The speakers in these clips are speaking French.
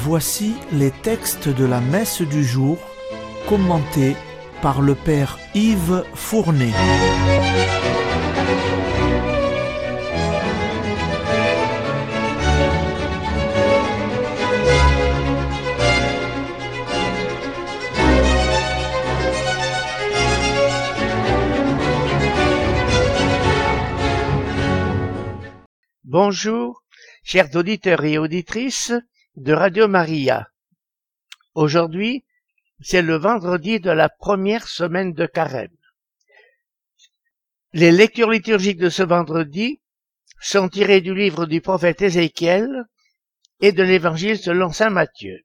Voici les textes de la messe du jour, commentés par le Père Yves Fournet. Bonjour, chers auditeurs et auditrices de Radio Maria. Aujourd'hui, c'est le vendredi de la première semaine de Carême. Les lectures liturgiques de ce vendredi sont tirées du livre du prophète Ézéchiel et de l'Évangile selon saint Matthieu.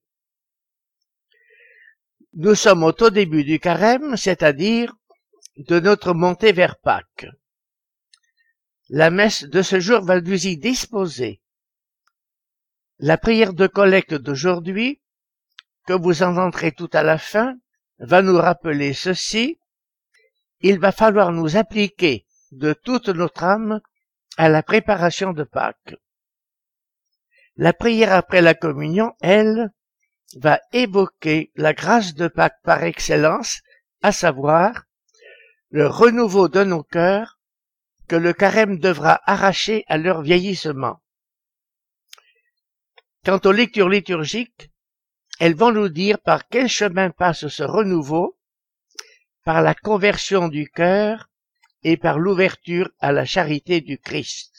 Nous sommes au tout début du Carême, c'est-à-dire de notre montée vers Pâques. La messe de ce jour va nous y disposer. La prière de collecte d'aujourd'hui, que vous entendrez tout à la fin, va nous rappeler ceci. Il va falloir nous appliquer de toute notre âme à la préparation de Pâques. La prière après la communion, elle, va évoquer la grâce de Pâques par excellence, à savoir le renouveau de nos cœurs que le Carême devra arracher à leur vieillissement. Quant aux lectures liturgiques, elles vont nous dire par quel chemin passe ce renouveau, par la conversion du cœur et par l'ouverture à la charité du Christ.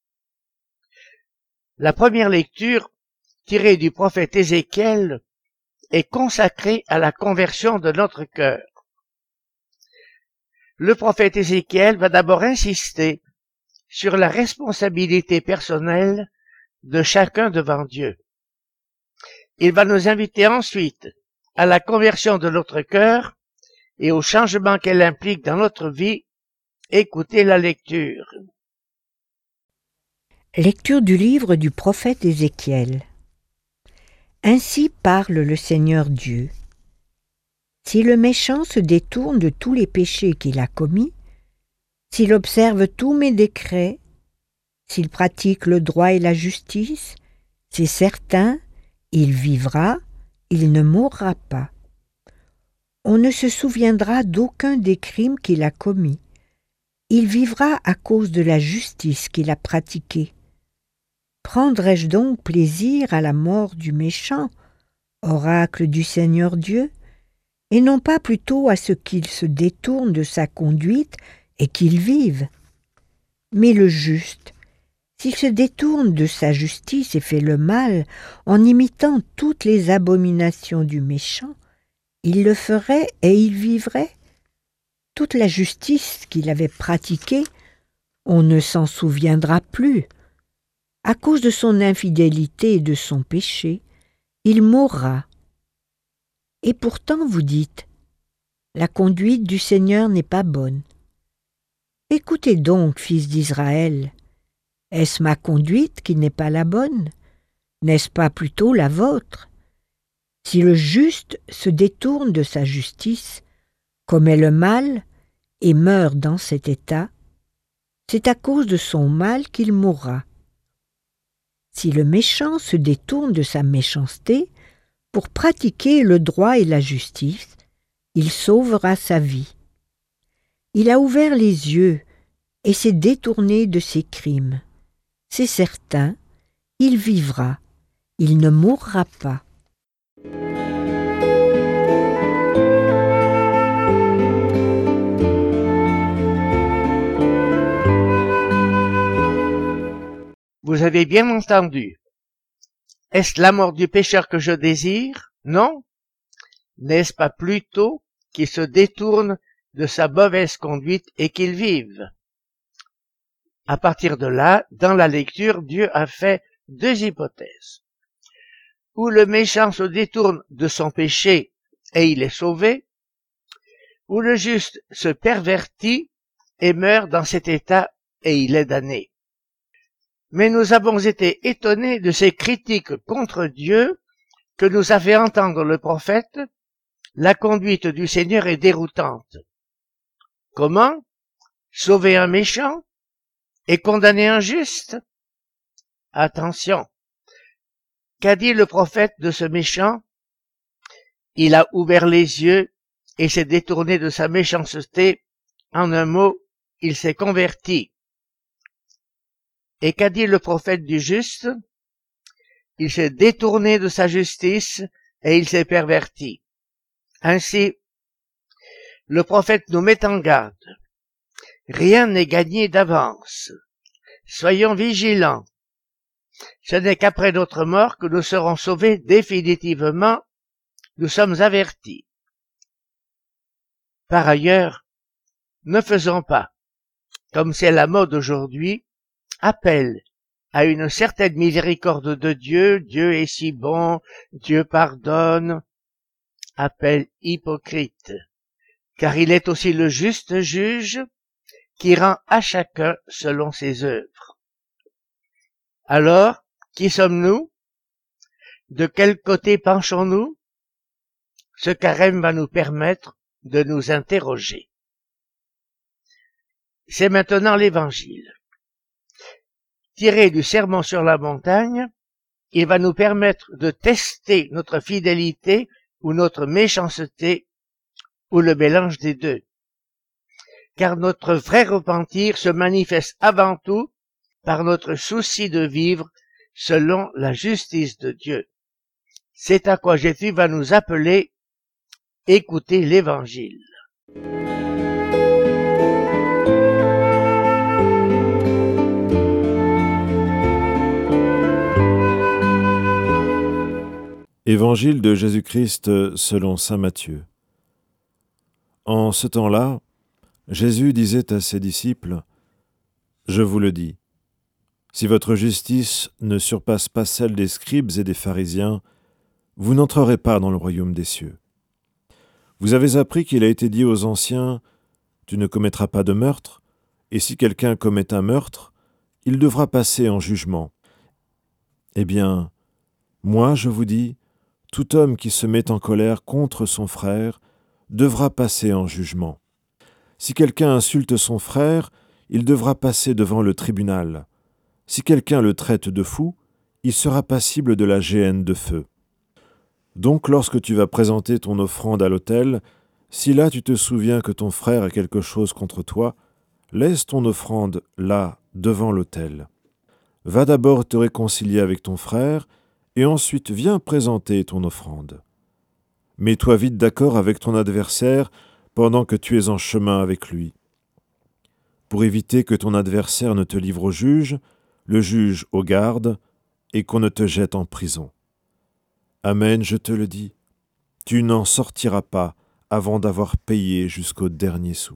La première lecture, tirée du prophète Ézéchiel, est consacrée à la conversion de notre cœur. Le prophète Ézéchiel va d'abord insister sur la responsabilité personnelle de chacun devant Dieu. Il va nous inviter ensuite à la conversion de notre cœur et au changement qu'elle implique dans notre vie. Écoutez la lecture. Lecture du livre du prophète Ézéchiel. Ainsi parle le Seigneur Dieu. Si le méchant se détourne de tous les péchés qu'il a commis, s'il observe tous mes décrets, s'il pratique le droit et la justice, c'est certain, il vivra, il ne mourra pas. On ne se souviendra d'aucun des crimes qu'il a commis. Il vivra à cause de la justice qu'il a pratiquée. Prendrai-je donc plaisir à la mort du méchant, oracle du Seigneur Dieu, et non pas plutôt à ce qu'il se détourne de sa conduite et qu'il vive? Mais le juste, s'il se détourne de sa justice et fait le mal en imitant toutes les abominations du méchant, il le ferait et il vivrait. Toute la justice qu'il avait pratiquée, on ne s'en souviendra plus. À cause de son infidélité et de son péché, il mourra. Et pourtant vous dites, la conduite du Seigneur n'est pas bonne. Écoutez donc, fils d'Israël, est-ce ma conduite qui n'est pas la bonne? N'est-ce pas plutôt la vôtre? Si le juste se détourne de sa justice, commet le mal et meurt dans cet état, c'est à cause de son mal qu'il mourra. Si le méchant se détourne de sa méchanceté pour pratiquer le droit et la justice, il sauvera sa vie. Il a ouvert les yeux et s'est détourné de ses crimes. C'est certain, il vivra, il ne mourra pas. Vous avez bien entendu. Est-ce la mort du pécheur que je désire? Non. N'est-ce pas plutôt qu'il se détourne de sa mauvaise conduite et qu'il vive? À partir de là, dans la lecture, Dieu a fait deux hypothèses. Ou le méchant se détourne de son péché et il est sauvé, ou le juste se pervertit et meurt dans cet état et il est damné. Mais nous avons été étonnés de ces critiques contre Dieu que nous a fait entendre le prophète. La conduite du Seigneur est déroutante. Comment? Sauver un méchant et condamner un juste? Attention, Qu'a dit le prophète de ce méchant? Il a ouvert les yeux et s'est détourné de sa méchanceté. En un mot, il s'est converti. Et qu'a dit le prophète du juste? Il s'est détourné de sa justice et il s'est perverti. Ainsi, le prophète nous met en garde. Rien n'est gagné d'avance. Soyons vigilants. Ce n'est qu'après notre mort que nous serons sauvés définitivement. Nous sommes avertis. Par ailleurs, ne faisons pas, comme c'est la mode aujourd'hui, appel à une certaine miséricorde de Dieu. Dieu est si bon, Dieu pardonne. Appel hypocrite, car il est aussi le juste juge qui rend à chacun selon ses œuvres. Alors, qui sommes-nous? De quel côté penchons-nous? Ce carême va nous permettre de nous interroger. C'est maintenant l'Évangile. Tiré du Sermon sur la montagne, il va nous permettre de tester notre fidélité ou notre méchanceté, ou le mélange des deux. Car notre vrai repentir se manifeste avant tout par notre souci de vivre selon la justice de Dieu. C'est à quoi Jésus va nous appeler. Écoutez l'Évangile. Évangile de Jésus-Christ selon saint Matthieu. En ce temps-là, Jésus disait à ses disciples, « Je vous le dis, si votre justice ne surpasse pas celle des scribes et des pharisiens, vous n'entrerez pas dans le royaume des cieux. Vous avez appris qu'il a été dit aux anciens, « Tu ne commettras pas de meurtre, et si quelqu'un commet un meurtre, il devra passer en jugement. » Eh bien, moi je vous dis, tout homme qui se met en colère contre son frère devra passer en jugement. Si quelqu'un insulte son frère, il devra passer devant le tribunal. Si quelqu'un le traite de fou, il sera passible de la géhenne de feu. Donc lorsque tu vas présenter ton offrande à l'autel, si là tu te souviens que ton frère a quelque chose contre toi, laisse ton offrande là, devant l'autel. Va d'abord te réconcilier avec ton frère, et ensuite viens présenter ton offrande. Mets-toi vite d'accord avec ton adversaire pendant que tu es en chemin avec lui. Pour éviter que ton adversaire ne te livre au juge, le juge aux gardes, et qu'on ne te jette en prison. Amen, je te le dis, tu n'en sortiras pas avant d'avoir payé jusqu'au dernier sou.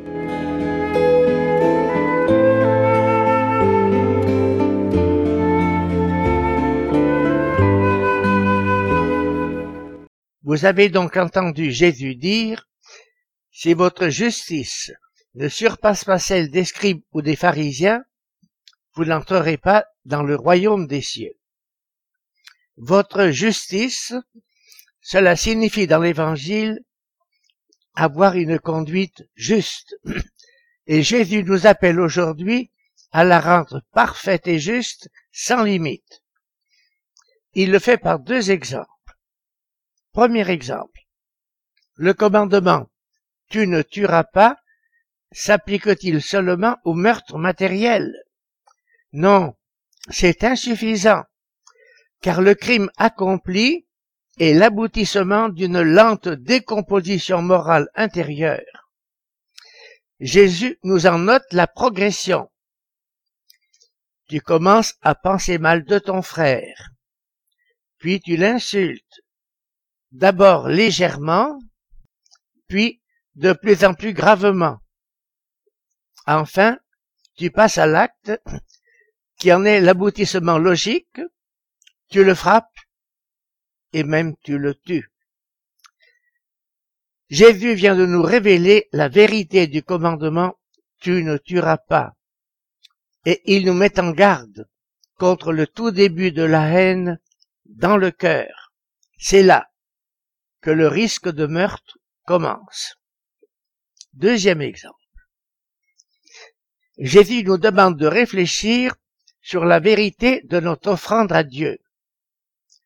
Vous avez donc entendu Jésus dire, « Si votre justice ne surpasse pas celle des scribes ou des pharisiens, vous n'entrerez pas dans le royaume des cieux. » Votre justice, cela signifie dans l'Évangile avoir une conduite juste. Et Jésus nous appelle aujourd'hui à la rendre parfaite et juste, sans limite. Il le fait par deux exemples. Premier exemple, le commandement « Tu ne tueras pas » s'applique-t-il seulement au meurtre matériel? Non, c'est insuffisant, car le crime accompli est l'aboutissement d'une lente décomposition morale intérieure. Jésus nous en note la progression. Tu commences à penser mal de ton frère, puis tu l'insultes. D'abord légèrement, puis de plus en plus gravement. Enfin, tu passes à l'acte qui en est l'aboutissement logique, tu le frappes et même tu le tues. Jésus vient de nous révéler la vérité du commandement « Tu ne tueras pas » et il nous met en garde contre le tout début de la haine dans le cœur. C'est là que le risque de meurtre commence. Deuxième exemple. Jésus nous demande de réfléchir sur la vérité de notre offrande à Dieu.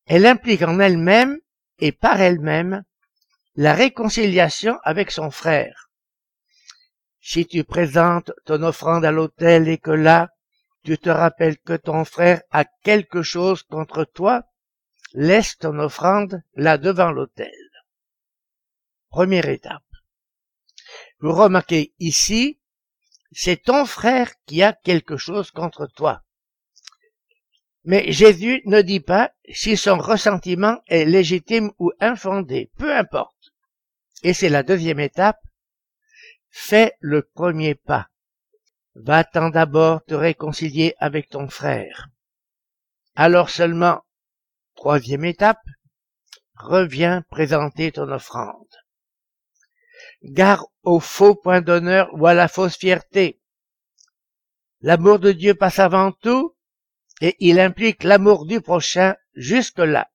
Elle implique en elle-même et par elle-même la réconciliation avec son frère. Si tu présentes ton offrande à l'autel et que là, tu te rappelles que ton frère a quelque chose contre toi, laisse ton offrande là devant l'autel. Première étape. Vous remarquez ici, c'est ton frère qui a quelque chose contre toi. Mais Jésus ne dit pas si son ressentiment est légitime ou infondé, peu importe. Et c'est la deuxième étape. Fais le premier pas. Va-t'en d'abord te réconcilier avec ton frère. Alors seulement, troisième étape, reviens présenter ton offrande. Gare au faux point d'honneur ou à la fausse fierté. L'amour de Dieu passe avant tout et il implique l'amour du prochain jusque-là.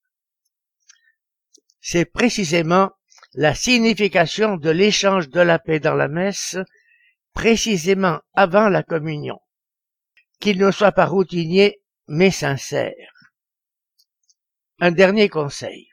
C'est précisément la signification de l'échange de la paix dans la messe, précisément avant la communion. Qu'il ne soit pas routinier, mais sincère. Un dernier conseil.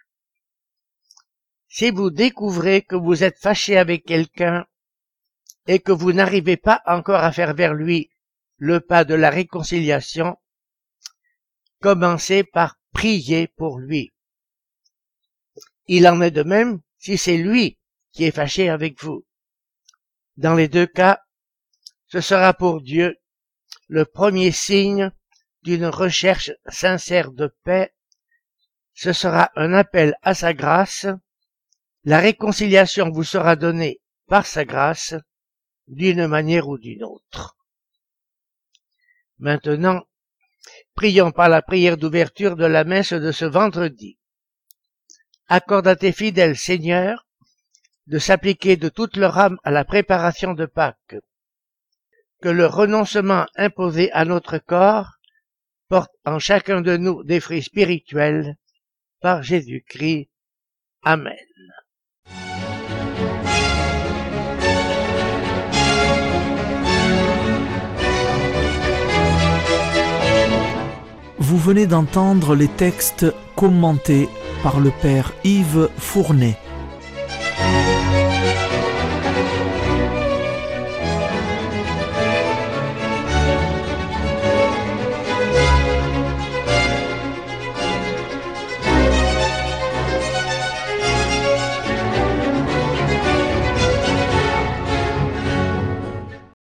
Si vous découvrez que vous êtes fâché avec quelqu'un et que vous n'arrivez pas encore à faire vers lui le pas de la réconciliation, commencez par prier pour lui. Il en est de même si c'est lui qui est fâché avec vous. Dans les deux cas, ce sera pour Dieu le premier signe d'une recherche sincère de paix. Ce sera un appel à sa grâce. La réconciliation vous sera donnée par sa grâce, d'une manière ou d'une autre. Maintenant, prions par la prière d'ouverture de la messe de ce vendredi. Accorde à tes fidèles, Seigneur, de s'appliquer de toute leur âme à la préparation de Pâques. Que le renoncement imposé à notre corps porte en chacun de nous des fruits spirituels par Jésus-Christ. Amen. Vous venez d'entendre les textes commentés par le Père Yves Fournet.